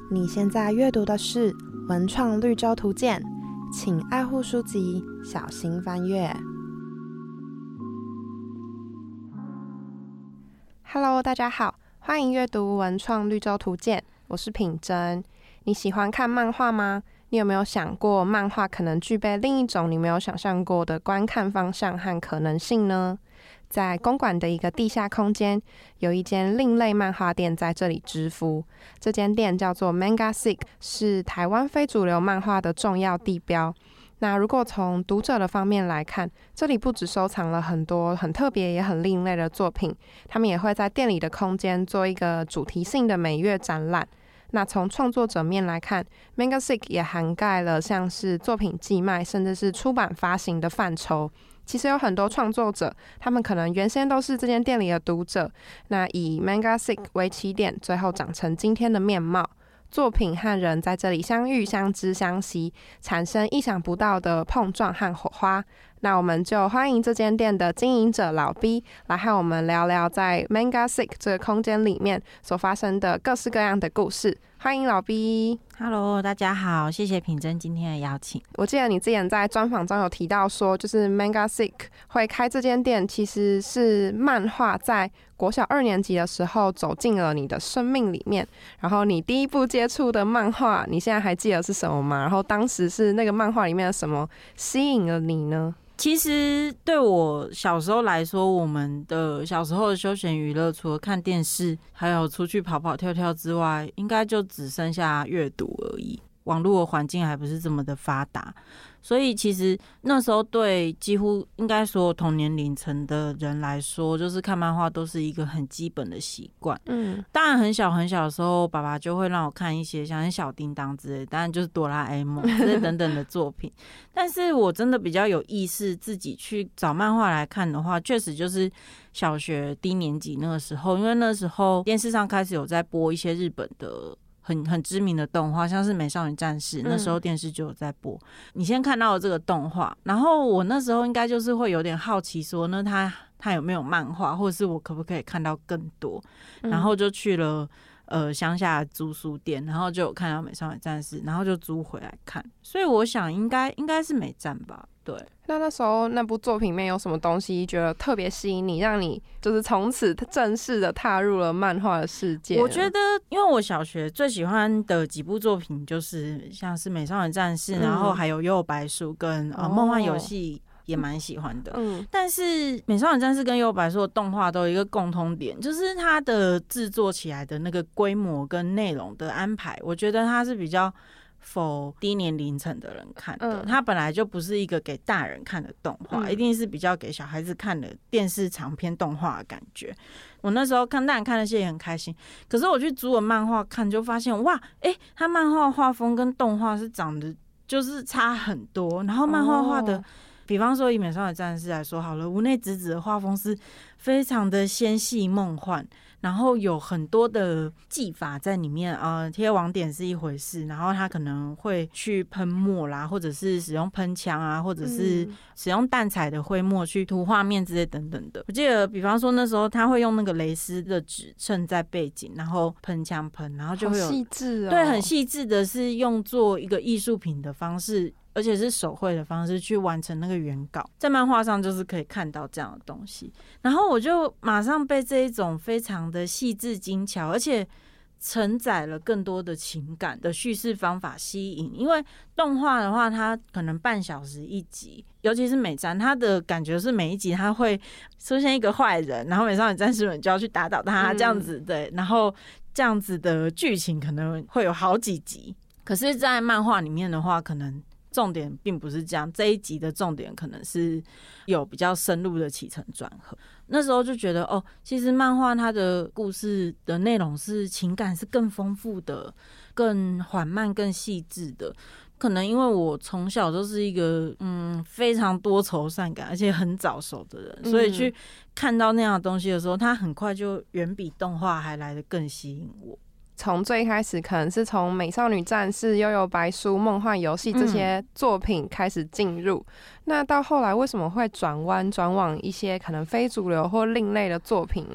你现在阅读的是文创绿洲图鉴，请爱护书籍，小心翻阅。Hello， 大家好，欢迎阅读文创绿洲图鉴，我是品珍。你喜欢看漫画吗？你有没有想过，漫画可能具备另一种你没有想象过的观看方向和可能性呢？在公馆的一个地下空间，有一间另类漫画店在这里支付。这间店叫做 Manga-Seek， 是台湾非主流漫画的重要地标。那如果从读者的方面来看，这里不只收藏了很多很特别也很另类的作品，他们也会在店里的空间做一个主题性的每月展览。那从创作者面来看， Manga-Seek 也涵盖了像是作品寄卖甚至是出版发行的范畴。其实有很多创作者，他们可能原先都是这间店里的读者，那以 Manga-Seek 为起点，最后长成今天的面貌。作品和人在这里相遇、相知、相惜，产生意想不到的碰撞和火花。那我们就欢迎这间店的经营者老 B 来和我们聊聊在 Manga-Seek 这个空间里面所发生的各式各样的故事。欢迎老 B。Hello， 大家好，谢谢品珍今天的邀请。 我记得你之前在专访中有提到说，就是 Manga-Seek 会开这间店，其实是漫画在国小2年级的时候走进了你的生命里面。然后你第一部接触的漫画，你现在还记得是什么吗？然后当时是那个漫画里面的什么吸引了你呢？ 其实对我小时候来说，我们的小时候的休闲娱乐，除了看电视，还有出去跑跑跳跳之外，应该就只剩下阅读而已。网络的环境还不是这么的发达，所以其实那时候对几乎应该说同年龄层的人来说，就是看漫画都是一个很基本的习惯。当然很小很小的时候，爸爸就会让我看一些像小叮当之类，当然就是哆啦 A 梦之类等等的作品。但是我真的比较有意识自己去找漫画来看的话，确实就是小学低年级那个时候，因为那时候电视上开始有在播一些日本的很知名的动画，像是美少女战士，那时候电视就有在播。你先看到了这个动画，然后我那时候应该就是会有点好奇说，那他有没有漫画，或者是我可不可以看到更多，然后就去了乡下的租书店，然后就有看到美少女战士，然后就租回来看。所以我想应该是美战吧。对， 那时候那部作品里面有什么东西觉得特别吸引你，让你就是从此正式的踏入了漫画的世界？ 我觉得因为我小学最喜欢的几部作品就是像是美少女战士，然后还有幽游白书跟梦幻游戏也蛮喜欢的。但是美少女战士跟幽游白书的动画都有一个共通点，就是它的制作起来的那个规模跟内容的安排，我觉得它是比较否低年龄层的人看的，它本来就不是一个给大人看的动画，一定是比较给小孩子看的电视长篇动画的感觉。我那时候看，当然看那些也很开心，可是我去租了漫画看，就发现哇，它漫画画风跟动画是长得就是差很多，然后漫画画的。比方说以美少女战士来说好了，无内直子的画风是非常的纤细梦幻，然后有很多的技法在里面，贴网点是一回事，然后他可能会去喷墨啦，或者是使用喷枪啊，或者是使用淡彩的灰墨去涂画面之类等等的。我记得比方说那时候他会用那个蕾丝的纸衬在背景，然后喷枪喷，然后就会有好细致哦， 对，很细致的是用做一个艺术品的方式，而且是手绘的方式去完成那个原稿，在漫画上就是可以看到这样的东西。然后我就马上被这一种非常的细致精巧，而且承载了更多的情感的叙事方法吸引。因为动画的话，它可能半小时一集，尤其是美战，它的感觉是每一集它会出现一个坏人，然后美少女战士们就要去打倒他，这样子对，然后这样子的剧情可能会有好几集。可是在漫画里面的话，可能重点并不是这样，这一集的重点可能是有比较深入的起承转合。那时候就觉得其实漫画它的故事的内容是情感是更丰富的，更缓慢更细致的。可能因为我从小都是一个非常多愁善感而且很早熟的人，所以去看到那样的东西的时候，它很快就远比动画还来得更吸引我。 从最开始可能是从美少女战士、幽游白书、梦幻游戏这些作品开始进入，那到后来为什么会转往一些可能非主流或另类的作品呢？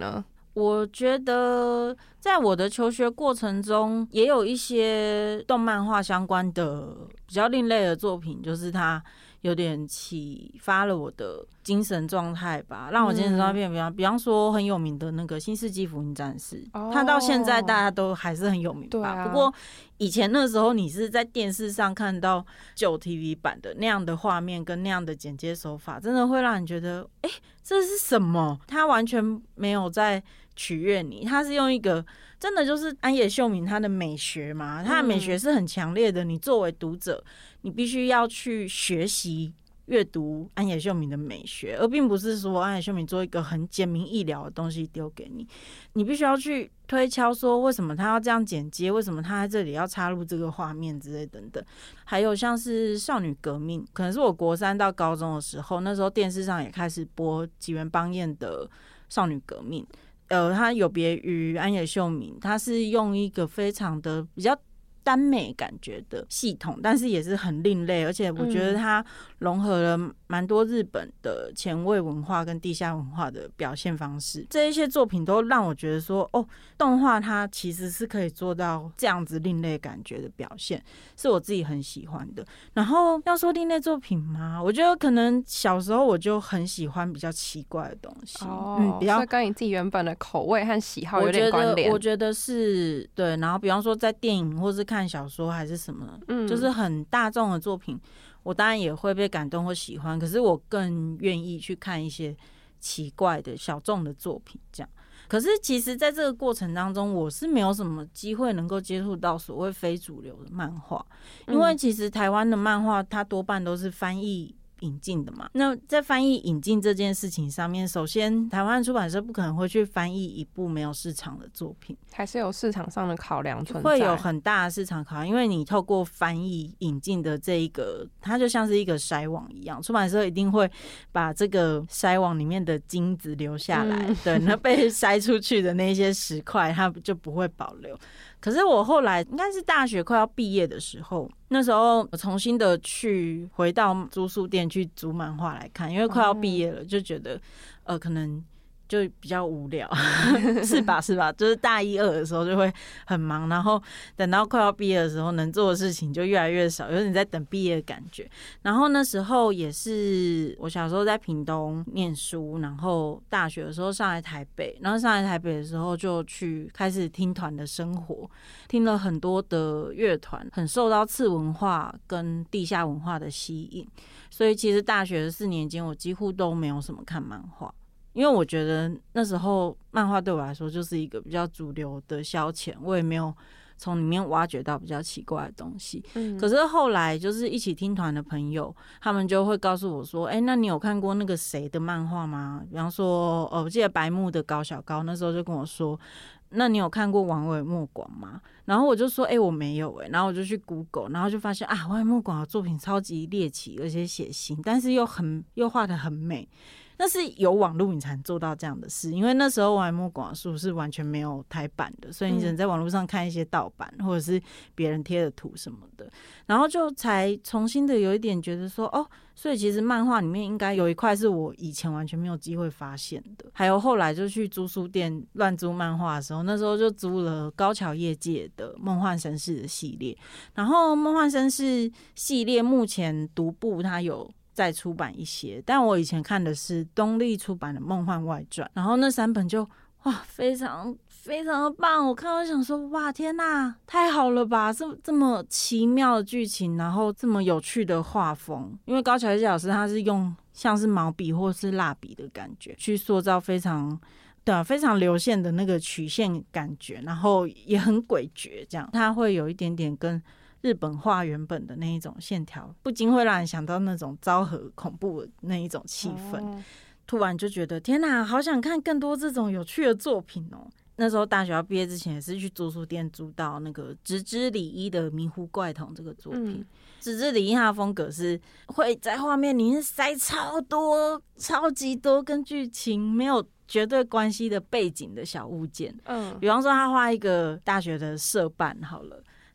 我觉得在我的求学过程中，也有一些动漫画相关的比较另类的作品，就是它有点启发了我的精神状态吧，让我精神状态变比方说很有名的那个《新世纪福音战士》，它到现在大家都还是很有名吧。不过以前那时候你是在电视上看到旧 TV 版的那样的画面跟那样的剪接手法，真的会让你觉得，这是什么？它完全没有在取悦你，它是用一个真的就是安野秀明他的美学嘛，他的美学是很强烈的。你作为读者，你必须要去学习阅读安野秀明的美学，而并不是说安野秀明做一个很简明易了的东西丢给你，你必须要去推敲说为什么他要这样剪接，为什么他在这里要插入这个画面之类等等。还有像是少女革命，可能是我国3到高中的时候，那时候电视上也开始播吉原邦彦的少女革命。它有别于安野秀明，它是用一个非常的比较耽美感觉的系统，但是也是很另类，而且我觉得它融合了蛮多日本的前卫文化跟地下文化的表现方式。这一些作品都让我觉得说，动画它其实是可以做到这样子另类感觉的表现，是我自己很喜欢的。然后要说另类作品嘛，我觉得可能小时候我就很喜欢比较奇怪的东西， 比较跟你自己原本的口味和喜好有点关联。 我觉得是对。然后比方说在电影或是看小说还是什么，就是很大众的作品，我当然也会被感动或喜欢，可是我更愿意去看一些奇怪的小众的作品这样。可是其实在这个过程当中，我是没有什么机会能够接触到所谓非主流的漫画，因为其实台湾的漫画它多半都是翻译引进的嘛。那在翻译引进这件事情上面，首先台湾出版社不可能会去翻译一部没有市场的作品， 还是有市场上的考量存在， 会有很大的市场考量。因为你透过翻译引进的这一个，它就像是一个筛网一样，出版社一定会把这个筛网里面的金子留下来，对，那被筛出去的那些石块它就不会保留。可是我后来应该是大学快要毕业的时候，那时候我重新的回到租书店去租漫画来看，因为快要毕业了，就觉得可能就比较无聊是吧就是大1、2的时候就会很忙，然后等到快要毕业的时候能做的事情就越来越少，有点在等毕业的感觉。然后那时候也是我小时候在屏东念书，然后大学的时候上来台北，然后上来台北的时候就去开始听团的生活，听了很多的乐团，很受到次文化跟地下文化的吸引，所以其实大学的4年间我几乎都没有什么看漫画，因为我觉得那时候漫画对我来说就是一个比较主流的消遣，我也没有从里面挖掘到比较奇怪的东西。可是后来就是一起听团的朋友，他们就会告诉我说，那你有看过那个谁的漫画吗？比方说我记得白木的高小高那时候就跟我说，那你有看过王尾莫广吗？然后我就说我没有然后我就去 Google， 然后就发现王尾莫广的作品超级猎奇而且血腥，但是又画得很美。那是有网络你才能做到这样的事，因为那时候王尾莫广树是完全没有台版的，所以你只能在网络上看一些盗版或者是别人贴的图什么的，然后就才重新的有一点觉得说所以其实漫画里面应该有一块是我以前完全没有机会发现的。还有后来就去租书店乱租漫画的时候，那时候就租了高桥业界的梦幻绅士的系列，然后梦幻绅士系列目前独步它有再出版一些，但我以前看的是东立出版的《梦幻外传》，然后那3本就非常非常的棒。我看到想说，哇，天哪，太好了吧！这么奇妙的剧情，然后这么有趣的画风，因为高桥一介老师他是用像是毛笔或是蜡笔的感觉去塑造非常流线的那个曲线感觉，然后也很诡谲，这样它会有一点点跟日本画原本的那一种线条，不禁会让人想到那种昭和恐怖的那一种气氛。突然就觉得天哪，好想看更多这种有趣的作品那时候大学要毕业之前也是去租书店租到那个直之里一的《迷糊怪童》这个作品。直之里一他的风格是会在画面里面塞超级多跟剧情没有绝对关系的背景的小物件。比方说他画一个大学的社办好了，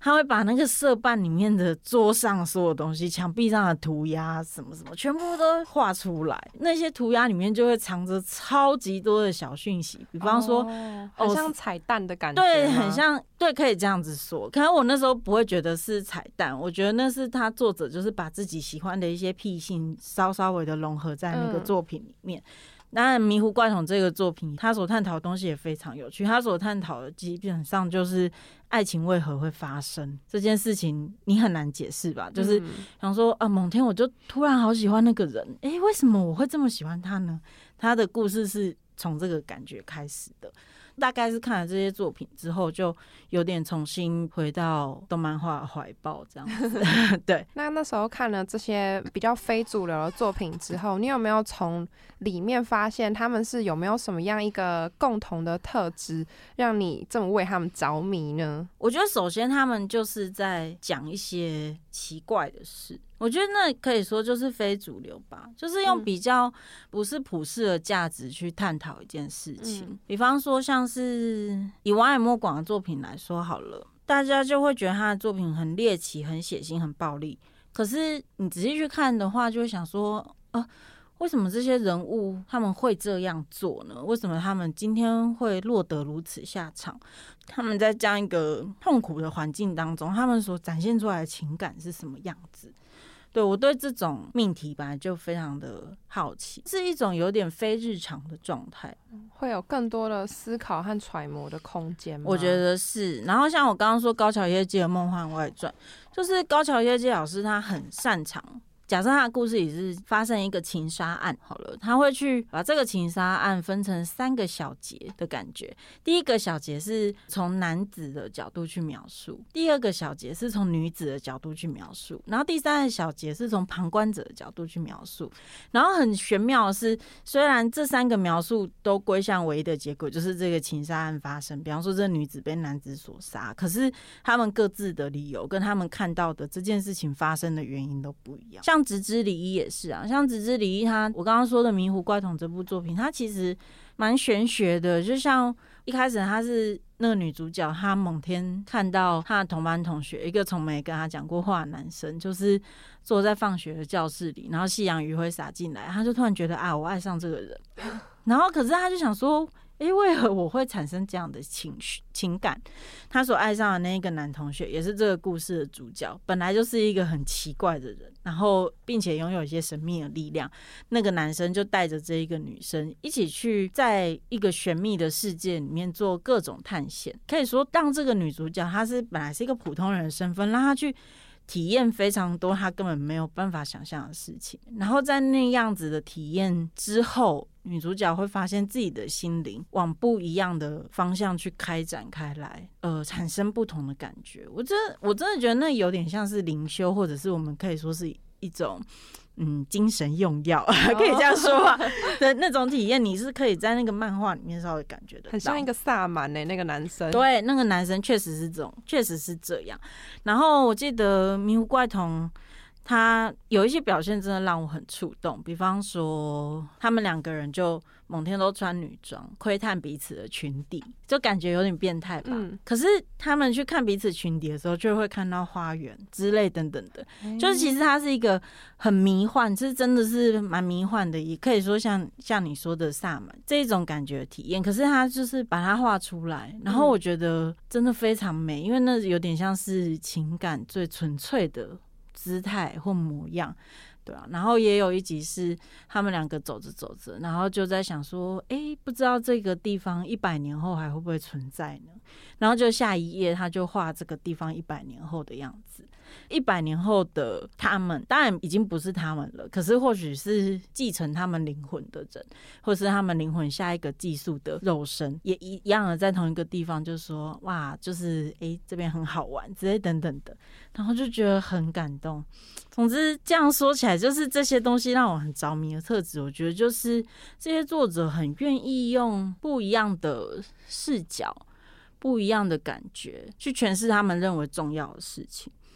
他会把那个色伴里面的桌上所有东西、墙壁上的涂鸦什么什么，全部都画出来。那些涂鸦里面就会藏着超级多的小讯息，比方说， 很像彩蛋的感觉。 对，很像，对，可以这样子说。可能我那时候不会觉得是彩蛋，我觉得那是他作者就是把自己喜欢的一些癖性稍微的融合在那个作品里面。当然，《迷糊怪童》这个作品，他所探讨的东西也非常有趣。他所探讨的基本上就是爱情为何会发生这件事情，你很难解释吧？就是想说啊，某天我就突然好喜欢那个人，为什么我会这么喜欢他呢？他的故事是从这个感觉开始的。大概是看了这些作品之后，就有点重新回到动漫画的怀抱这样子。对， 那时候看了这些比较非主流的作品之后，你有没有从里面发现他们是有没有什么样一个共同的特质，让你这么为他们着迷呢？ 我觉得首先他们就是在讲一些奇怪的事。我觉得那可以说就是非主流吧，就是用比较不是普世的价值去探讨一件事情。比方说像是以王野莫广的作品来说好了，大家就会觉得他的作品很猎奇、很血腥、很暴力。可是你仔细去看的话，就会想说为什么这些人物他们会这样做呢？为什么他们今天会落得如此下场？他们在这样一个痛苦的环境当中，他们所展现出来的情感是什么样子？对，我对这种命题本来就非常的好奇，是一种有点非日常的状态， 会有更多的思考和揣摩的空间吗？ 我觉得是。然后像我刚刚说高桥耶纪的《梦幻外传》，就是高桥耶纪老师他很擅长。假设他的故事里是发生一个情杀案好了，他会去把这个情杀案分成3个小节的感觉。第一个小节是从男子的角度去描述，第二个小节是从女子的角度去描述，然后第3个小节是从旁观者的角度去描述。然后很玄妙的是，虽然这3个描述都归向唯一的结果，就是这个情杀案发生，比方说这女子被男子所杀，可是他们各自的理由跟他们看到的这件事情发生的原因都不一样。像直之理一也是啊，像直之理一我刚刚说的《迷糊怪童》这部作品，它其实蛮玄学的。就像一开始她是那个女主角，她某天看到她的同班同学，一个从没跟她讲过话的男生，就是坐在放学的教室里，然后夕阳余晖洒进来，她就突然觉得我爱上这个人。然后可是她就想说，为何我会产生这样的情感？他所爱上的那个男同学，也是这个故事的主角，本来就是一个很奇怪的人，然后并且拥有一些神秘的力量。那个男生就带着这一个女生一起去在一个玄秘的世界里面做各种探险，可以说让这个女主角她是本来是一个普通人的身份，让她去体验非常多她根本没有办法想象的事情。然后在那样子的体验之后，女主角会发现自己的心灵往不一样的方向去开展开来，产生不同的感觉。我真的觉得那有点像是灵修，或者是我们可以说是一种精神用药，可以这样说吧的那种体验，你是可以在那个漫画里面稍微感觉得到， 很像一个萨满那个男生。 对，那个男生确实是这样。然后我记得《迷糊怪童》他有一些表现真的让我很触动，比方说他们2个人就某天都穿女装窥探彼此的裙底，就感觉有点变态吧。可是他们去看彼此裙底的时候，就会看到花园之类等等的，就是其实它是一个很迷幻，是真的是蛮迷幻的，也可以说像你说的萨满这一种感觉的体验。可是他就是把它画出来，然后我觉得真的非常美，因为那有点像是情感最纯粹的姿态或模样，对啊。然后也有一集是他们2个走着走着，然后就在想说，不知道这个地方100年后还会不会存在呢？然后就下一页他就画这个地方100年后的样子。100年后的他们当然已经不是他们了，可是或许是继承他们灵魂的人，或是他们灵魂下一个寄宿的肉身，也一样的在同一个地方，就说哇，就是这边很好玩之类等等的，然后就觉得很感动。总之这样说起来，就是这些东西让我很着迷的特质，我觉得就是这些作者很愿意用不一样的视角、不一样的感觉去诠释他们认为重要的事情。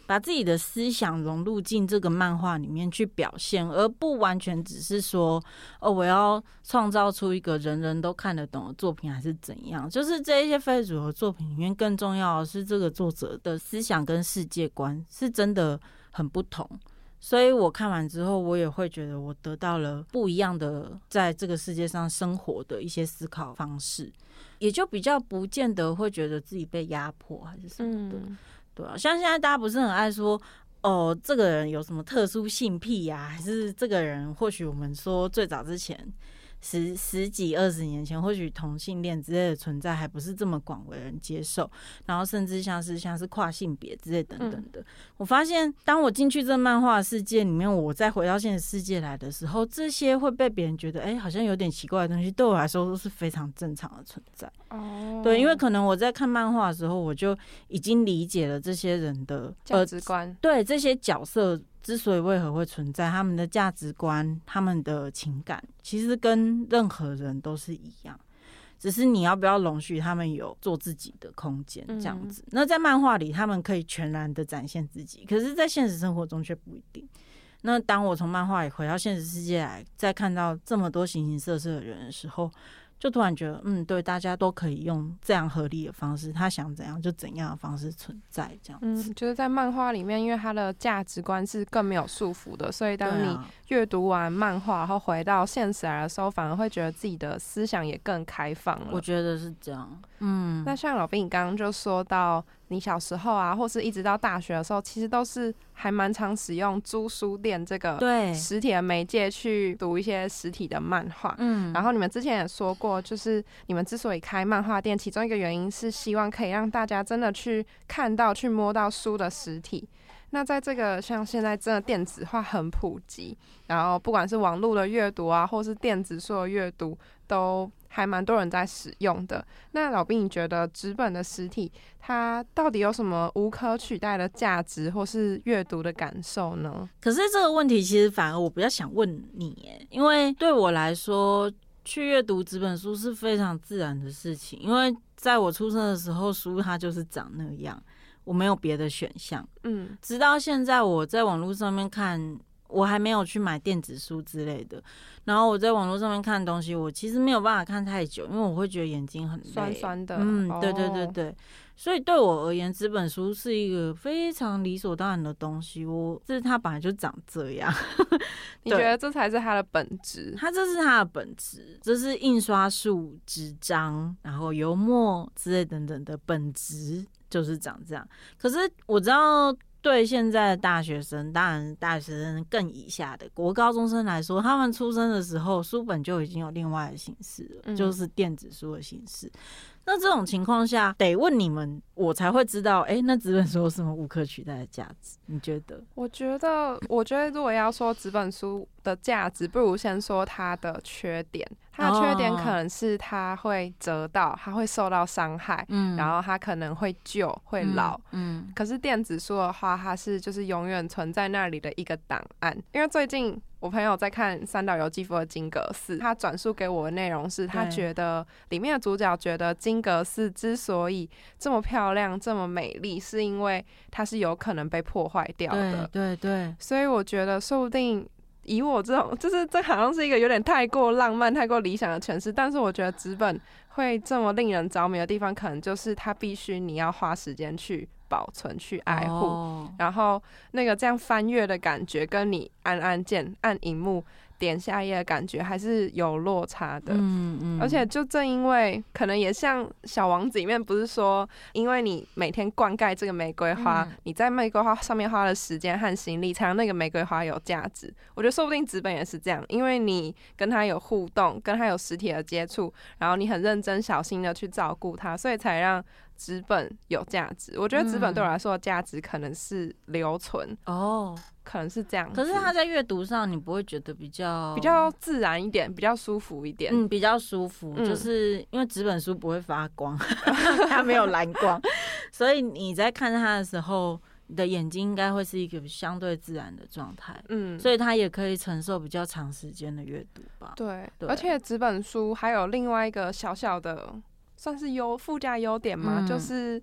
把自己的思想融入进这个漫画里面去表现，而不完全只是说我要创造出一个人人都看得懂的作品还是怎样。就是这一些非主流作品里面，更重要的是这个作者的思想跟世界观是真的很不同。所以我看完之后，我也会觉得我得到了不一样的在这个世界上生活的一些思考方式，也就比较不见得会觉得自己被压迫还是什么的。对啊，像现在大家不是很爱说这个人有什么特殊性癖呀，还是这个人或许我们说最早之前十几20年前，或许同性恋之类的存在还不是这么广为人接受，然后甚至像是跨性别之类等等的。我发现当我进去这漫画世界里面，我再回到现实世界来的时候，这些会被别人觉得好像有点奇怪的东西，对我来说都是非常正常的存在。对，因为可能我在看漫画的时候，我就已经理解了这些人的价值观， 对这些角色之所以为何会存在，他们的价值观、他们的情感，其实跟任何人都是一样，只是你要不要容许他们有做自己的空间这样子。那在漫画里，他们可以全然的展现自己，可是在现实生活中却不一定。那当我从漫画里回到现实世界来，再看到这么多形形色色的人的时候，就突然觉得对，大家都可以用这样合理的方式，他想怎样就怎样的方式存在这样子。 就是在漫画里面，因为他的价值观是更没有束缚的，所以当你阅读完漫画然后回到现实来的时候，反而会觉得自己的思想也更开放了。 我觉得是这样。 那像老兵你刚刚就说到你小时候啊，或是一直到大学的时候，其实都是还蛮常使用租书店这个实体的媒介去读一些实体的漫画。然后你们之前也说过，就是你们之所以开漫画店，其中一个原因是希望可以让大家真的去看到、去摸到书的实体。那在这个像现在真的电子化很普及，然后不管是网络的阅读啊，或是电子书的阅读，都还蛮多人在使用的。那老兵，你觉得纸本的实体它到底有什么无可取代的价值，或是阅读的感受呢？ 可是这个问题其实反而我比较想问你，因为对我来说，去阅读纸本书是非常自然的事情，因为在我出生的时候，书它就是长那样，我没有别的选项。直到现在我在网络上面看，我还没有去买电子书之类的，然后我在网络上面看东西，我其实没有办法看太久，因为我会觉得眼睛很累， 酸酸的。 对对对对，所以对我而言，纸本书是一个非常理所当然的东西，就是它本来就长这样。 你觉得这才是它的本质？ 这是它的本质，这是印刷术、纸张，然后油墨之类等等的本质就是长这样。可是我知道，对现在的大学生，当然大学生更以下的国高中生来说，他们出生的时候，书本就已经有另外的形式了，就是电子书的形式。那这种情况下，得问你们，我才会知道，那纸本书有什么无可取代的价值？你觉得？ 我觉得，如果要说纸本书的价值，不如先说它的缺点。它的缺点可能是它会折到，它会受到伤害，然后它可能会旧、会老。可是电子书的话，它是就是永远存在那里的一个档案。因为最近我朋友在看三岛由纪夫的金阁寺，他转述给我的内容是他觉得里面的主角觉得金阁寺之所以这么漂亮这么美丽，是因为它是有可能被破坏掉的。 对对对， 所以我觉得说不定以我这种，就是这好像是一个有点太过浪漫太过理想的诠释，但是我觉得纸本会这么令人着迷的地方，可能就是它必须你要花时间去保存、去爱护，然后那个这样翻阅的感觉，跟你按键、按荧幕点下一页的感觉还是有落差的。而且就正因为可能也像小王子里面不是说，因为你每天灌溉这个玫瑰花，你在玫瑰花上面花的时间和心力，才让那个玫瑰花有价值。我觉得说不定纸本也是这样，因为你跟它有互动，跟它有实体的接触，然后你很认真小心的去照顾它，所以才让纸本有价值。我觉得纸本对我来说的价值可能是留存可能是这样子。 可是它在阅读上，你不会觉得比较自然一点，比较舒服一点？ 比较舒服，就是因为纸本书不会发光，它没有蓝光，所以你在看它的时候，你的眼睛应该会是一个相对自然的状态。所以它也可以承受比较长时间的阅读吧。 对，而且纸本书还有另外一个小小的算是附加优点嘛，就是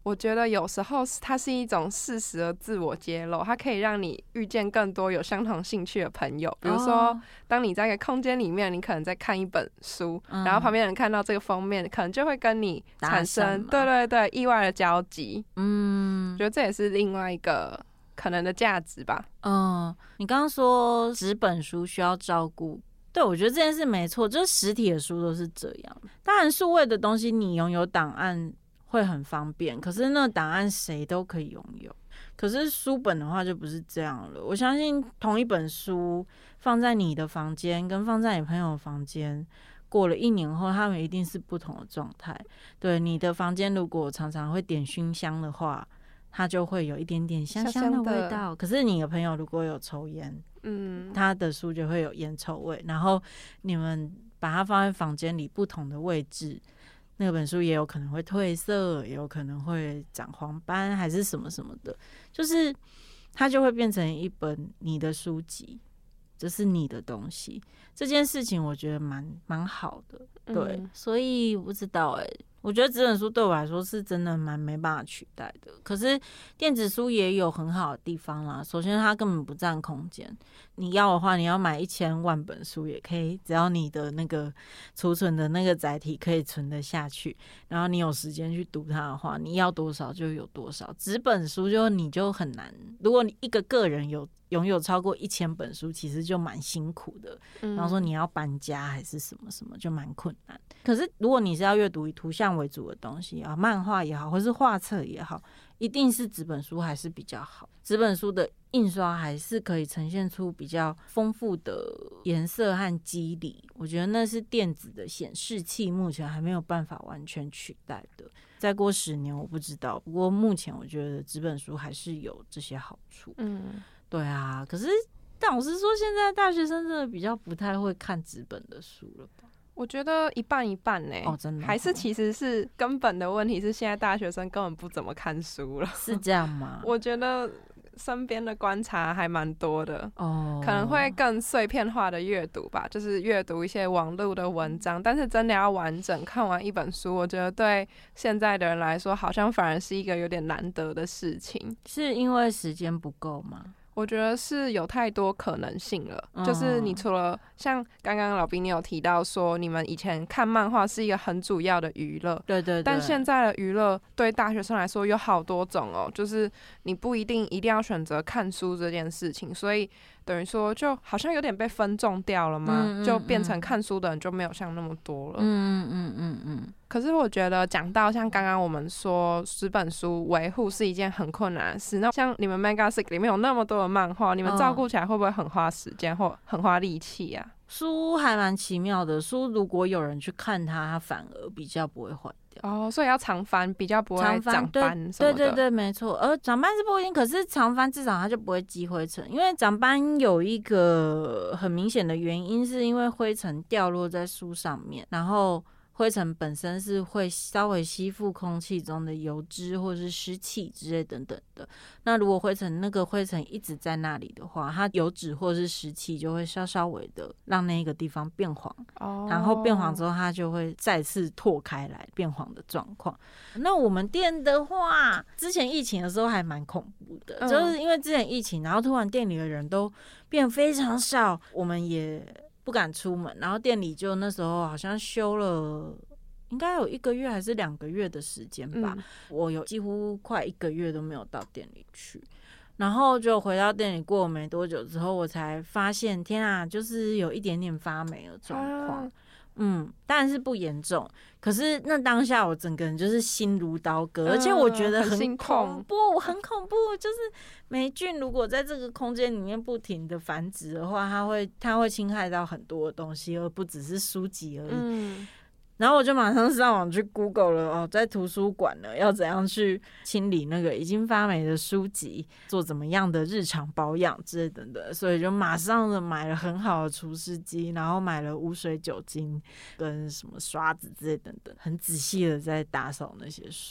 我觉得有时候它是一种适时的自我揭露，它可以让你遇见更多有相同兴趣的朋友。比如说，当你在一个空间里面，你可能在看一本书，然后旁边人看到这个封面，可能就会跟你产生对意外的交集。觉得这也是另外一个可能的价值吧。 你刚刚说纸本书需要照顾。对，我觉得这件事没错，就是实体的书都是这样。当然，数位的东西你拥有档案会很方便，可是那档案谁都可以拥有。可是书本的话就不是这样了。我相信同一本书放在你的房间跟放在你朋友的房间，过了1年后，他们一定是不同的状态。对，你的房间如果常常会点熏香的话，它就会有一点点香香的味道。可是你的朋友如果有抽烟，他的书就会有烟臭味。然后你们把它放在房间里不同的位置，那本书也有可能会褪色，也有可能会长黄斑，还是什么什么的，就是它就会变成一本你的书籍，这是你的东西。这件事情我觉得蛮好的，对，所以不知道我觉得纸本书对我来说是真的蛮没办法取代的。可是电子书也有很好的地方啦。首先它根本不占空间，你要的话你要买1000万本书也可以，只要你的那个储存的那个载体可以存得下去，然后你有时间去读它的话，你要多少就有多少。纸本书就你就很难，如果你一个个人拥有超过1000本书，其实就蛮辛苦的。然后说你要搬家还是什么什么，就蛮困难。可是如果你是要阅读以图像为主的东西啊，漫画也好，或是画册也好，一定是纸本书还是比较好。纸本书的印刷还是可以呈现出比较丰富的颜色和肌理，我觉得那是电子的显示器目前还没有办法完全取代的。再过10年我不知道，不过目前我觉得纸本书还是有这些好处。对啊，可是但我是说，现在大学生真的比较不太会看纸本的书了吧？ 我觉得一半一半真的还是其实是根本的问题是现在大学生根本不怎么看书了， 是这样吗？ 我觉得身边的观察还蛮多的，可能会更碎片化的阅读吧，就是阅读一些网络的文章，但是真的要完整看完一本书，我觉得对现在的人来说，好像反而是一个有点难得的事情。 是因为时间不够吗？ 我觉得是有太多可能性了，就是你除了像刚刚老兵你有提到说你们以前看漫画是一个很主要的娱乐， 对， 但现在的娱乐对大学生来说有好多种就是你不一定要选择看书这件事情，所以等于说就好像有点被分众掉了嘛，就变成看书的人就没有像那么多了。可是我觉得讲到像刚刚我们说纸本书维护是一件很困难的事，那像你们 Megasick 里面有那么多的漫画，你们照顾起来会不会很花时间或很花力气啊？ 书还蛮奇妙的，书如果有人去看它反而比较不会坏掉。 所以要常翻比较不会长斑什么的。 对，没错。长斑是不一定，可是常翻至少它就不会积灰尘，因为长斑有一个很明显的原因，是因为灰尘掉落在书上面，然后灰尘本身是会稍微吸附空气中的油脂或是湿气之类等等的。那如果那个灰尘一直在那里的话，它油脂或是湿气就会稍微的让那个地方变黄，然后变黄之后它就会再次拓开来变黄的状况。那我们店的话，之前疫情的时候还蛮恐怖的，就是因为之前疫情，然后突然店里的人都变非常少，我们也不敢出门，然后店里就那时候好像休了应该有1个月还是2个月的时间吧，我有几乎快1个月都没有到店里去，然后就回到店里过没多久之后，我才发现天啊，就是有一点点发霉的状况。当然是不严重，可是那当下我整个人就是心如刀割，而且我觉得很恐怖，很恐怖。就是霉菌如果在这个空间里面不停的繁殖的话，它会侵害到很多的东西，而不只是书籍而已。然后我就马上上网去 Google 了在图书馆呢要怎样去清理那个已经发霉的书籍，做怎么样的日常保养之类等等，所以就马上的买了很好的除湿机，然后买了无水酒精跟什么刷子之类等等，很仔细的在打扫那些书。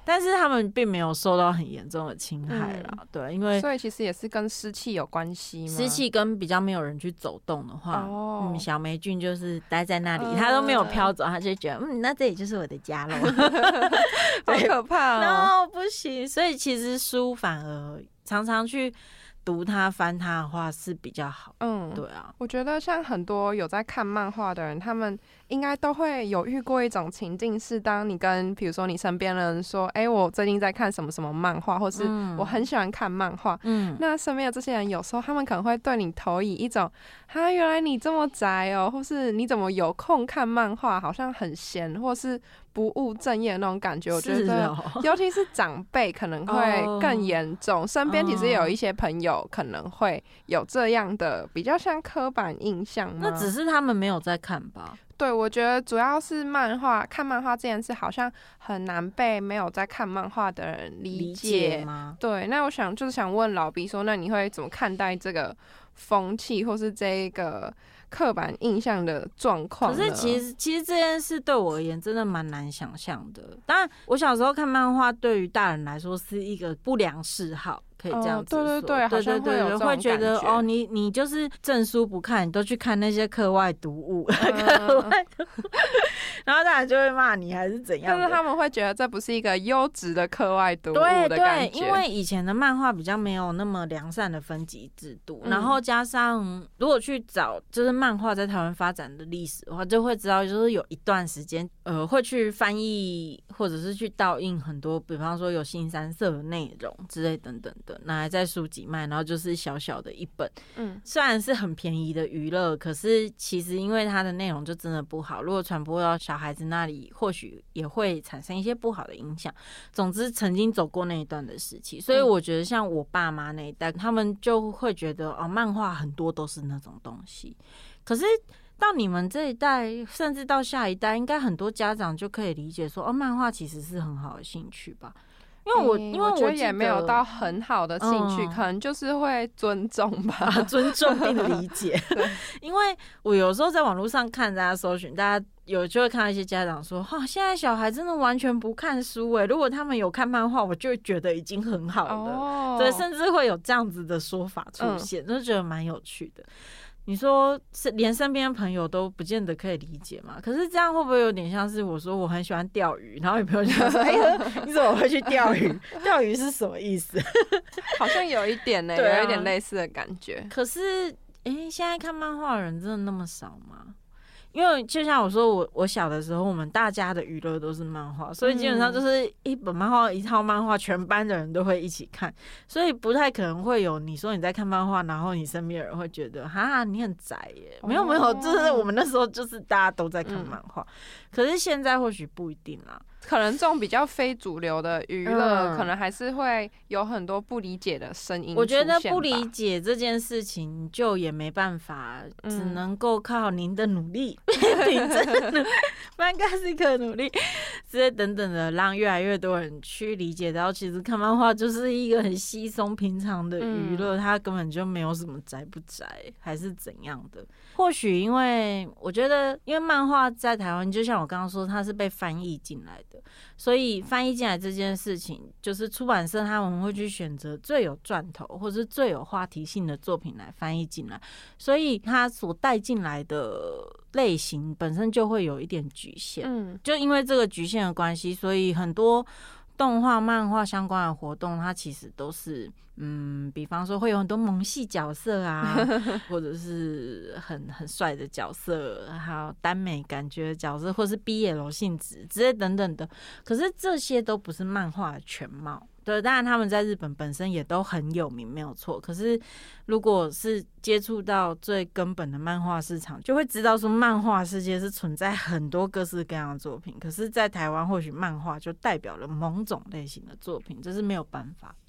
但是他们并没有受到很严重的侵害啦，对，因为所以其实也是跟湿气有关系吗？ 湿气跟比较没有人去走动的话，小霉菌就是待在那里，它都没有飘走，它就觉得那这里就是我的家咯。 好可怕哦！ 然后不行，所以其实书反而常常去读它、翻它的话是比较好。对啊， 我觉得像很多有在看漫画的人，他们应该都会有遇过一种情境，是当你跟比如说你身边的人说，我最近在看什么什么漫画，或是我很喜欢看漫画，那身边的这些人有时候他们可能会对你投以一种，原来你这么宅哦，或是你怎么有空看漫画，好像很闲，或是不务正业的那种感觉。我觉得尤其是长辈可能会更严重，身边其实也有一些朋友可能会有这样的比较像刻板印象吗？ 那只是他们没有在看吧。 对，我觉得主要是看漫画这件事好像很难被没有在看漫画的人理解吗？ 对，那我想问老毕说，那你会怎么看待这个风气，或是这个刻板印象的状况？ 可是其实这件事对我而言真的蛮难想象的。当然，我小时候看漫画对于大人来说是一个不良嗜好。可以这样子说， 对，好像会有这种感觉， 会觉得你就是证书不看，你都去看那些课外读物，课外读物，然后大家就会骂你还是怎样的？ 就是他们会觉得这不是一个优质的课外读物的感觉。 对，因为以前的漫画比较没有那么良善的分级制度，然后加上如果去找就是漫画在台湾发展的历史的话，就会知道就是有一段时间会去翻译或者是去倒印很多，比方说有新三色的内容之类等等的。拿来在书籍卖，然后就是小小的一本，虽然是很便宜的娱乐，可是其实因为它的内容就真的不好，如果传播到小孩子那里，或许也会产生一些不好的影响。总之，曾经走过那一段的时期，所以我觉得像我爸妈那一代，他们就会觉得漫画很多都是那种东西。可是到你们这一代，甚至到下一代，应该很多家长就可以理解说，漫画其实是很好的兴趣吧。因为我觉得也没有到很好的兴趣，可能就是会尊重吧， 尊重并理解。因为我有时候在网络上看大家搜寻，大家就会看到一些家长说，现在小孩真的完全不看书如果他们有看漫画，我就觉得已经很好了。对，甚至会有这样子的说法出现，就觉得蛮有趣的。你说是连身边的朋友都不见得可以理解嘛？可是这样会不会有点像是我说我很喜欢钓鱼，然后有朋友就说：“哎呀，你怎么会去钓鱼？钓鱼是什么意思？” 好像有一点呢，有一点类似的感觉。 可是，现在看漫画的人真的那么少吗？因为就像我说，我小的时候，我们大家的娱乐都是漫画，所以基本上就是一本漫画、一套漫画，全班的人都会一起看，所以不太可能会有你说你在看漫画，然后你身边的人会觉得你很宅耶。没有，就是我们那时候就是大家都在看漫画，可是现在或许不一定啦。 可能这种比较非主流的娱乐，可能还是会有很多不理解的声音。 我觉得不理解这件事情，就也没办法，只能够靠您的努力、凭着努力、漫画是个努力之类等等的，让越来越多人去理解到，其实看漫画就是一个很稀松平常的娱乐，它根本就没有什么宅不宅，还是怎样的。或许因为我觉得，因为漫画在台湾，就像我刚刚说，它是被翻译进来的。所以翻译进来这件事情，就是出版社他们会去选择最有赚头或是最有话题性的作品来翻译进来，所以它所带进来的类型本身就会有一点局限。就因为这个局限的关系，所以很多动画、漫画相关的活动，它其实都是比方说会有很多萌系角色啊，或者是很帅的角色，还有耽美感觉的角色，或是 BL 性质之类等等的。可是这些都不是漫画的全貌。对，当然他们在日本本身也都很有名，没有错。可是如果是接触到最根本的漫画市场，就会知道说漫画世界是存在很多各式各样的作品。可是，在台湾或许漫画就代表了某种类型的作品，这是没有办法的。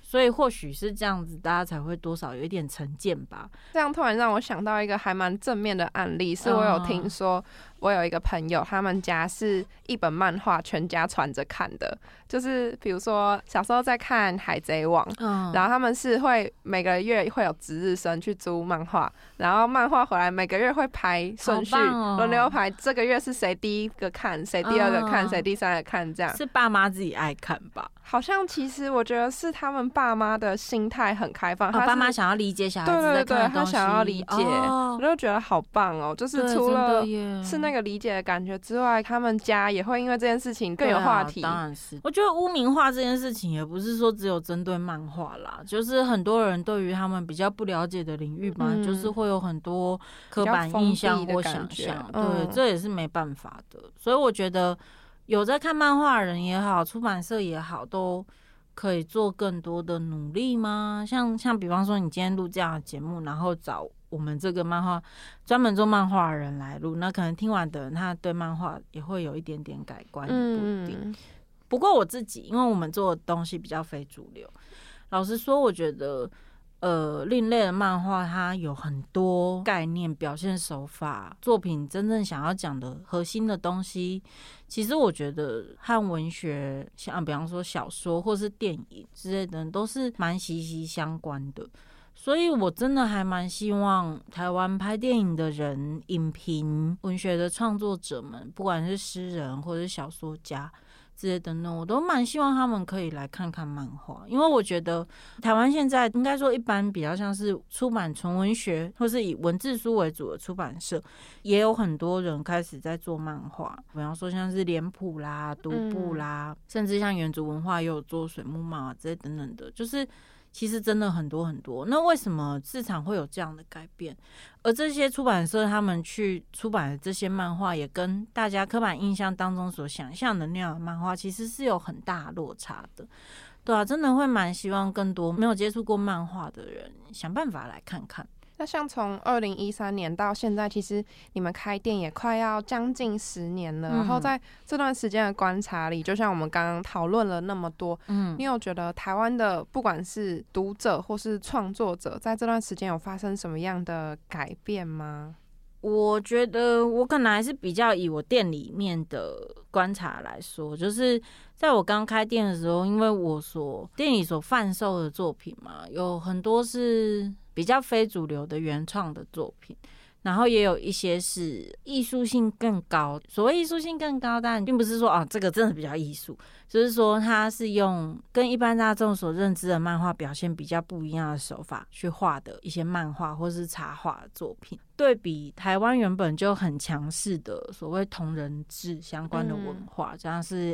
所以或许是这样子，大家才会多少有一点成见吧。 这样突然让我想到一个还蛮正面的案例，是我有听说，我有一个朋友，他们家是一本漫画全家传着看的，就是比如说小时候在看海贼王，然后他们是会每个月会有值日生去租漫画，然后漫画回来每个月会排顺序，轮流排，这个月是谁第一个看，谁第二个看，谁第三个看，这样。 是爸妈自己爱看吧？ 好像其实我觉得是他们爸妈的心态很开放， 爸妈想要理解小孩子在看的东西， 对，他想要理解，我就觉得好棒哦。就是除了是那个理解的感觉之外，他们家也会因为这件事情更有话题。 当然是，我觉得污名化这件事情也不是说只有针对漫画啦，就是很多人对于他们比较不了解的领域嘛，就是会有很多刻板印象或想象，对，这也是没办法的。所以我觉得有在看漫画的人也好，出版社也好，都可以做更多的努力吗？像比方说，你今天录这样的节目，然后找我们这个漫画专门做漫画的人来录，那可能听完的人他对漫画也会有一点点改观，不一定。不过我自己，因为我们做的东西比较非主流，老实说，我觉得另类的漫画它有很多概念、表现手法，作品真正想要讲的核心的东西，其实我觉得和文学，像比方说小说或是电影之类的，都是蛮息息相关的。所以我真的还蛮希望台湾拍电影的人、影评、文学的创作者们，不管是诗人或是小说家之类的呢，我都蛮希望他们可以来看看漫画，因为我觉得台湾现在应该说一般比较像是出版纯文学或是以文字书为主的出版社，也有很多人开始在做漫画，比方说像是脸谱啦、独步啦，甚至像原族文化也有做水木漫啊这些等等的，就是其实真的很多很多。那为什么市场会有这样的改变？而这些出版社他们去出版的这些漫画，也跟大家刻板印象当中所想象的那样的漫画，其实是有很大落差的。对啊，真的会蛮希望更多没有接触过漫画的人想办法来看看。 那像从2013年到现在，其实你们开店也快要将近10年了，然后在这段时间的观察里，就像我们刚刚讨论了那么多，你有觉得台湾的不管是读者或是创作者，在这段时间有发生什么样的改变吗？ 我觉得我可能还是比较以我店里面的观察来说，就是在我刚开店的时候，因为我店里所贩售的作品嘛，有很多是比较非主流的原创的作品，然后也有一些是艺术性更高。所谓艺术性更高，但并不是说这个真的比较艺术，就是说它是用跟一般大众所认知的漫画表现比较不一样的手法去画的一些漫画或是插画的作品，对比台湾原本就很强势的所谓同人志相关的文化，像是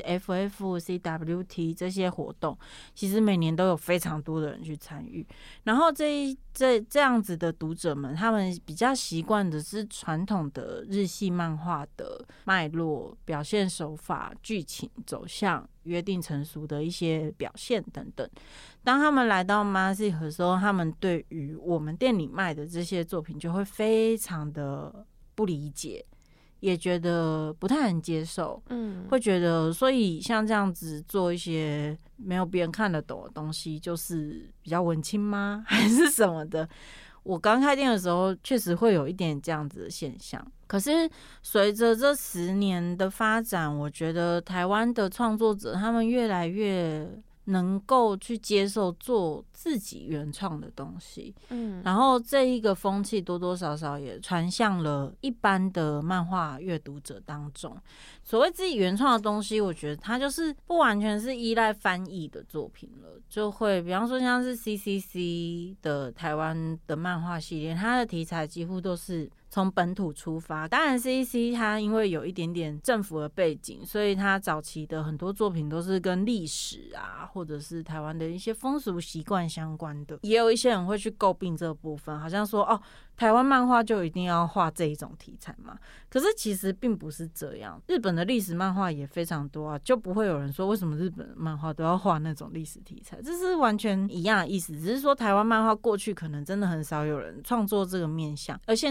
FF、CWT 这些活动，其实每年都有非常多的人去参与。然后这样子的读者们，他们比较习惯的是传统的日系漫画的脉络、表现手法、剧情走向、约定成熟的一些表现等等。当他们来到 Massive 的时候，他们对于我们店里卖的这些作品就会非常的不理解，也觉得不太能接受，会觉得所以像这样子做一些没有别人看得懂的东西，就是比较文青吗？还是什么的？我刚开店的时候，确实会有一点这样子的现象。可是随着这10年的发展，我觉得台湾的创作者他们越来越能够去接受做自己原创的东西，然后这一个风气多多少少也传向了一般的漫画阅读者当中。所谓自己原创的东西，我觉得它就是不完全是依赖翻译的作品了，就会比方说像是 CCC 的台湾的漫画系列，它的题材几乎都是从本土出发。当然 CCC 它因为有一点点政府的背景，所以它早期的很多作品都是跟历史啊，或者是台湾的一些风俗习惯相关的。也有一些人会去诟病这部分，好像说台湾漫画就一定要画这一种题材嘛？可是其实并不是这样，日本的历史漫画也非常多啊，就不会有人说为什么日本的漫画都要画那种历史题材，这是完全一样的意思。只是说台湾漫画过去可能真的很少有人创作这个面向，而现在有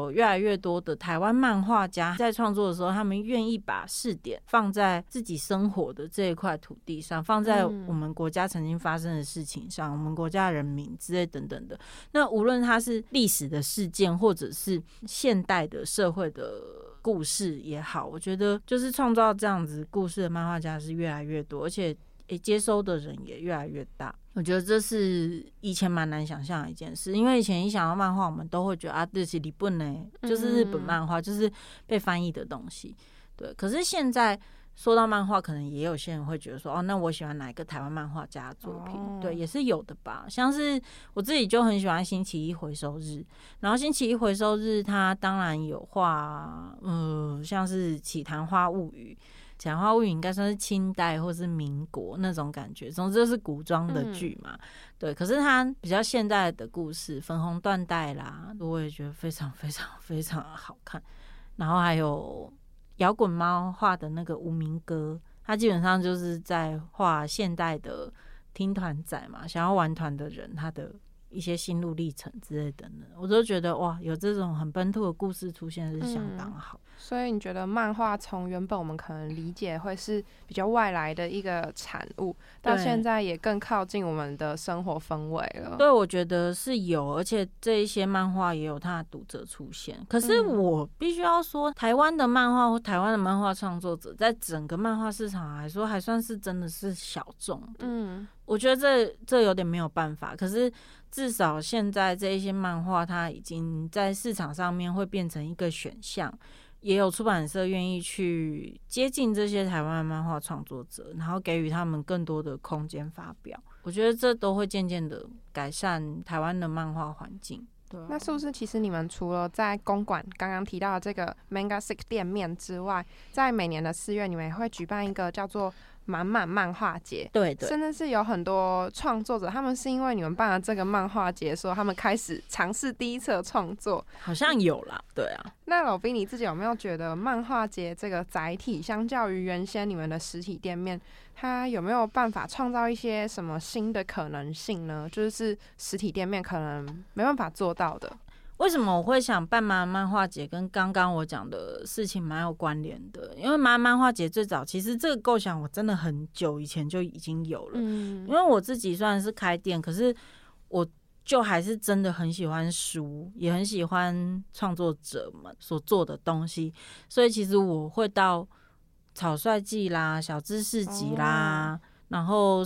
有越来越多的台湾漫画家在创作的时候，他们愿意把视点放在自己生活的这一块土地上，放在我们国家曾经发生的事情上，我们国家人民之类等等的。那无论它是历史的事件，或者是现代的社会的故事也好，我觉得就是创造这样子故事的漫画家是越来越多，而且接收的人也越来越大。我觉得这是以前蛮难想象的一件事，因为以前一想到漫画，我们都会觉得啊，这是日本呢，就是日本漫画，就是被翻译的东西。对，可是现在说到漫画，可能也有些人会觉得说，哦，那我喜欢哪一个台湾漫画家的作品？对，也是有的吧。像是我自己就很喜欢星期一回收日，然后星期一回收日，它当然有画，像是《启昙花物语》。《启昙花物语》应该算是清代或是民国那种感觉，总之就是古装的剧嘛。对，可是它比较现代的故事，粉红缎带啦，我也觉得非常非常非常好看。然后还有摇滚猫画的那个无名歌，他基本上就是在画现代的听团仔嘛，想要玩团的人他的一些心路历程之类的，我都觉得哇，有这种很本土的故事出现是相当好。 所以你觉得漫画从原本我们可能理解会是比较外来的一个产物，到现在也更靠近我们的生活氛围了？ 对，我觉得是有，而且这一些漫画也有它的读者出现。可是我必须要说，台湾的漫画或台湾的漫画创作者，在整个漫画市场来说，还算是真的是小众的。我觉得这有点没有办法。可是至少现在这一些漫画，它已经在市场上面会变成一个选项。也有出版社愿意去接近这些台湾漫画创作者，然后给予他们更多的空间发表。我觉得这都会渐渐的改善台湾的漫画环境。对， 那是不是其实你们除了在公馆刚刚提到的这个 Manga6 店面之外，在每年的4月，你们也会举办一个叫做满满漫画节？ 对对， 甚至是有很多创作者，他们是因为你们办了这个漫画节，说他们开始尝试第一次的创作。 好像有啦，对啊。 那老兵你自己有没有觉得漫画节这个载体，相较于原先你们的实体店面，它有没有办法创造一些什么新的可能性呢？就是实体店面可能没办法做到的。 为什么我会想办漫画节，跟刚刚我讲的事情蛮有关联的？因为漫画节最早其实这个构想我真的很久以前就已经有了。因为我自己虽然是开店，可是我就还是真的很喜欢书，也很喜欢创作者们所做的东西，所以其实我会到草率季啦、小知识集啦，然后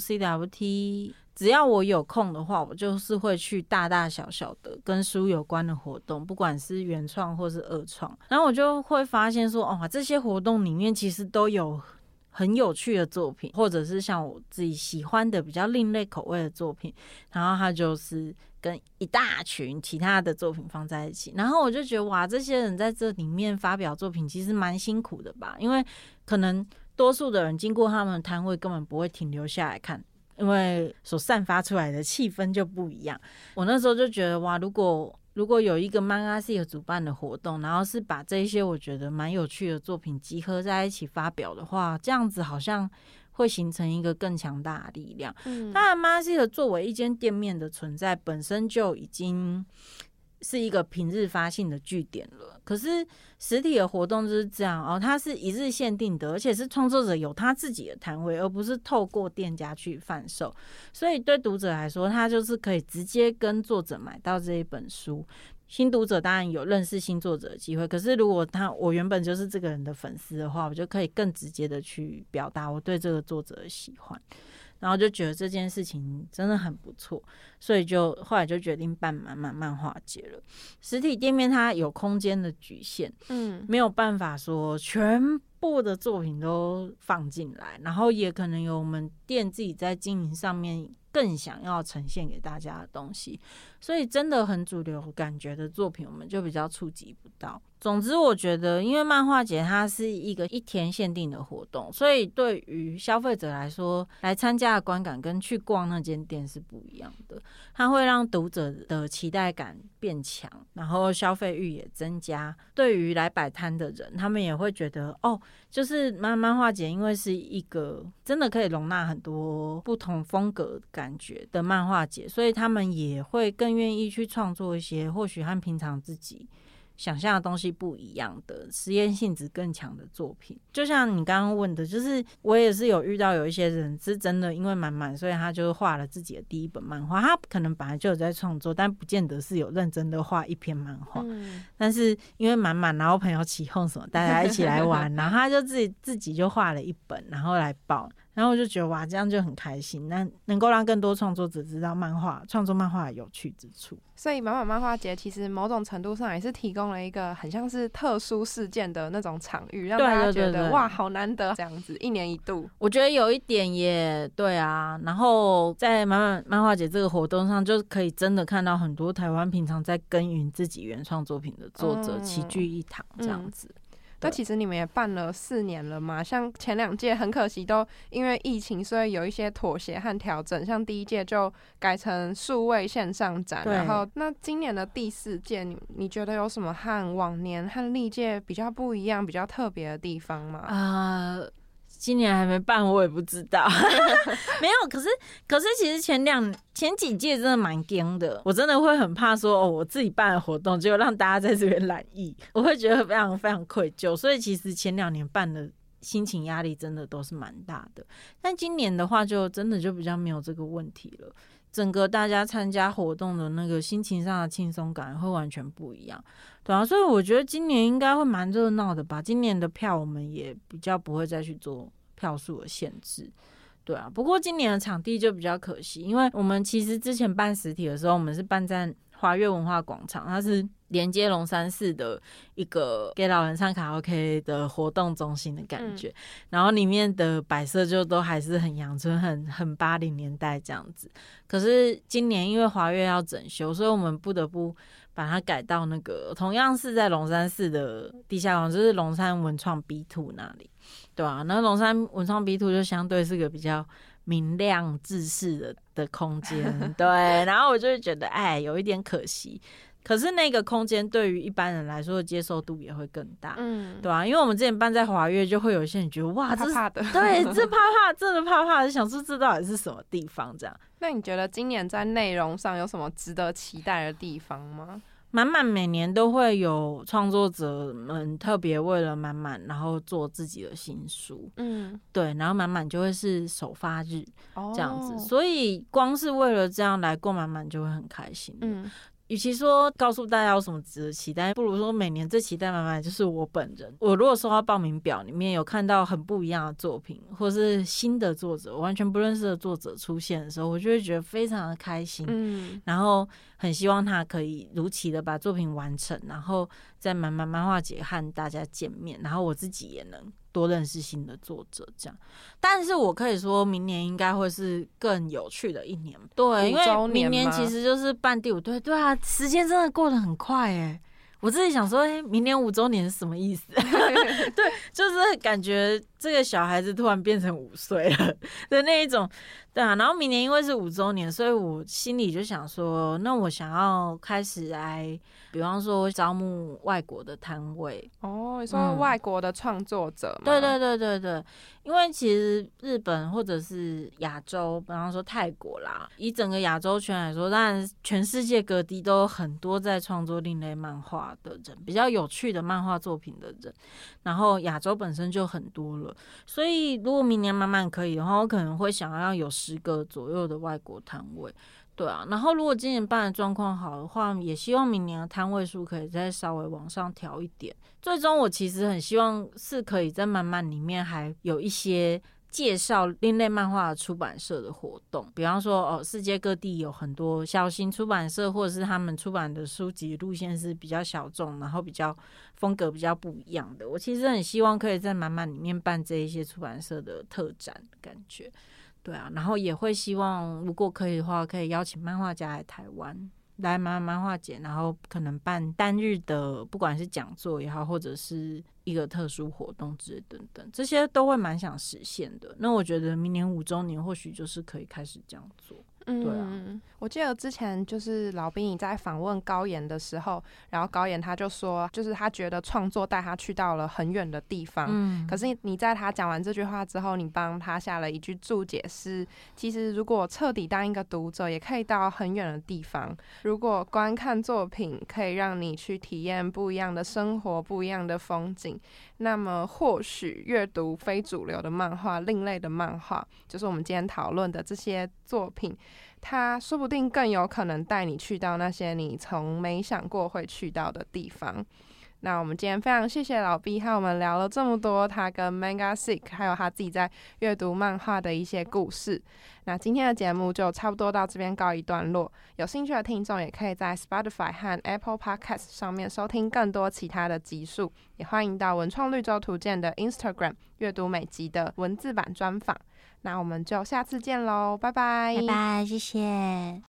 CWT。只要我有空的话，我就是会去大大小小的跟书有关的活动，不管是原创或是二创，然后我就会发现说，哦，这些活动里面其实都有很有趣的作品，或者是像我自己喜欢的比较另类口味的作品，然后它就是跟一大群其他的作品放在一起，然后我就觉得哇，这些人在这里面发表作品其实蛮辛苦的吧，因为可能多数的人经过他们的摊位根本不会停留下来看，因为所散发出来的气氛就不一样。我那时候就觉得哇，如果有一个Manga6主办的活动，然后是把这一些我觉得蛮有趣的作品集合在一起发表的话，这样子好像会形成一个更强大的力量。当然Manga6作为一间店面的存在本身就已经是一个平日发信的据点了，可是实体的活动就是这样它是一日限定的，而且是创作者有他自己的摊位，而不是透过店家去贩售，所以对读者来说，他就是可以直接跟作者买到这一本书。新读者当然有认识新作者的机会，可是如果我原本就是这个人的粉丝的话，我就可以更直接的去表达我对这个作者的喜欢，然后就觉得这件事情真的很不错，所以后来就决定办满漫画节了。实体店面它有空间的局限，没有办法说全部的作品都放进来，然后也可能有我们店自己在经营上面更想要呈现给大家的东西，所以真的很主流感觉的作品我们就比较触及不到。总之我觉得因为漫画节它是一个1天限定的活动，所以对于消费者来说，来参加的观感跟去逛那间店是不一样的，它会让读者的期待感变强，然后消费欲也增加。对于来摆摊的人，他们也会觉得就是漫画节因为是一个真的可以容纳很多不同风格感觉的漫画节，所以他们也会更愿意去创作一些或许和平常自己想象的东西不一样的实验性质更强的作品。就像你刚刚问的，就是我也是有遇到有一些人是真的因为满满，所以他就画了自己的第一本漫画，他可能本来就有在创作，但不见得是有认真的画一篇漫画，但是因为满满，然后朋友起哄什么大家一起来玩，然后他就自己就画了一本然后来报，然后我就觉得哇，这样就很开心，那能够让更多创作者知道创作漫画的有趣之处。 所以满满漫画节其实某种程度上也是提供了一个很像是特殊事件的那种场域，让大家觉得哇好难得这样子一年一度。 我觉得有一点也对啊，然后在满满漫画节这个活动上，就可以真的看到很多台湾平常在耕耘自己原创作品的作者齐聚一堂这样子。 那其实你们也办了4年了嘛，像前2届很可惜都因为疫情，所以有一些妥协和调整，像第1届就改成数位线上展，然后那今年的第4届你觉得有什么和往年和历届比较不一样比较特别的地方吗？ 今年还没办，我也不知道。没有，可是其实前几届真的蛮惊的，我真的会很怕说我自己办的活动结果让大家在这边染疫，我会觉得非常非常愧疚，所以其实前2年办的心情压力真的都是蛮大的，但今年的话就真的就比较没有这个问题了，整个大家参加活动的那个心情上的轻松感会完全不一样，对啊，所以我觉得今年应该会蛮热闹的吧。今年的票我们也比较不会再去做票数的限制，对啊。不过今年的场地就比较可惜，因为我们其实之前办实体的时候，我们是办在华悦文化广场，它是连接龙山寺的一个给老人唱卡拉 OK 的活动中心的感觉，然后里面的摆设就都还是很阳春很80年代这样子。可是今年因为华悦要整修，所以我们不得不把它改到那个同样是在龙山寺的地下广场，就是龙山文创 B2 那里，对啊，那龙山文创 B2 就相对是个比较明亮制式的空间，对，然后我就会觉得有一点可惜，可是那个空间对于一般人来说的接受度也会更大，对啊，因为我们之前办在华悦，就会有一些人觉得哇，这怕的， 对，这怕真的怕，想说这到底是什么地方这样。 那你觉得今年在内容上有什么值得期待的地方吗？ 满满每年都会有创作者们特别为了满满然后做自己的新书，对，然后满满就会是首发日这样子，所以光是为了这样来过满满就会很开心，与其说告诉大家有什么值得期待，不如说每年最期待满满就是我本人。我如果收到报名表里面有看到很不一样的作品，或是新的作者，我完全不认识的作者出现的时候，我就会觉得非常的开心，然后很希望他可以如期的把作品完成，然后在满满漫画节和大家见面，然后我自己也能多认识新的作者这样。但是我可以说明年应该会是更有趣的一年，对，因为明年其实就是办第5队，对啊，时间真的过得很快耶。我自己想说明年5周年是什么意思？对，就是感觉这个小孩子突然变成5岁了的那一种，对啊。然后明年因为是5周年，所以我心里就想说，那我想要开始来，比方说招募外国的摊位。 你说外国的创作者吗？ 对，因为其实日本或者是亚洲，比方说泰国啦，以整个亚洲圈来说，当然全世界各地都有很多在创作另类漫画的人，比较有趣的漫画作品的人，然后亚洲本身就很多了，所以如果明年满满可以的话，我可能会想要有10个左右的外国摊位。对啊，然后如果今年办的状况好的话，也希望明年的摊位数可以再稍微往上调一点。最终我其实很希望是可以在满满里面还有一些介绍另类漫画的出版社的活动，比方说世界各地有很多小型出版社，或者是他们出版的书籍路线是比较小众，然后比较风格比较不一样的。我其实很希望可以在满满里面办这一些出版社的特展的感觉。对啊，然后也会希望如果可以的话，可以邀请漫画家来台湾来满满漫画节，然后可能办单日的不管是讲座也好，或者是一个特殊活动之类等等，这些都会蛮想实现的。那我觉得明年5周年或许就是可以开始这样做。 对啊， 我记得之前就是老兵你在访问高妍的时候，然后高妍他就说，就是他觉得创作带他去到了很远的地方。可是你在他讲完这句话之后，你帮他下了一句注解是，其实如果彻底当一个读者，也可以到很远的地方。如果观看作品可以让你去体验不一样的生活、不一样的风景，那么或许阅读非主流的漫画、另类的漫画，就是我们今天讨论的这些作品，它说不定更有可能带你去到那些你从没想过会去到的地方。那我们今天非常谢谢老 B 和我们聊了这么多他跟 Mangasick 还有他自己在阅读漫画的一些故事。那今天的节目就差不多到这边告一段落，有兴趣的听众也可以在 Spotify 和 Apple Podcast 上面收听更多其他的集数，也欢迎到文创绿洲图鉴的 Instagram 阅读每集的文字版专访。那我们就下次见喽，拜拜， 拜拜，谢谢。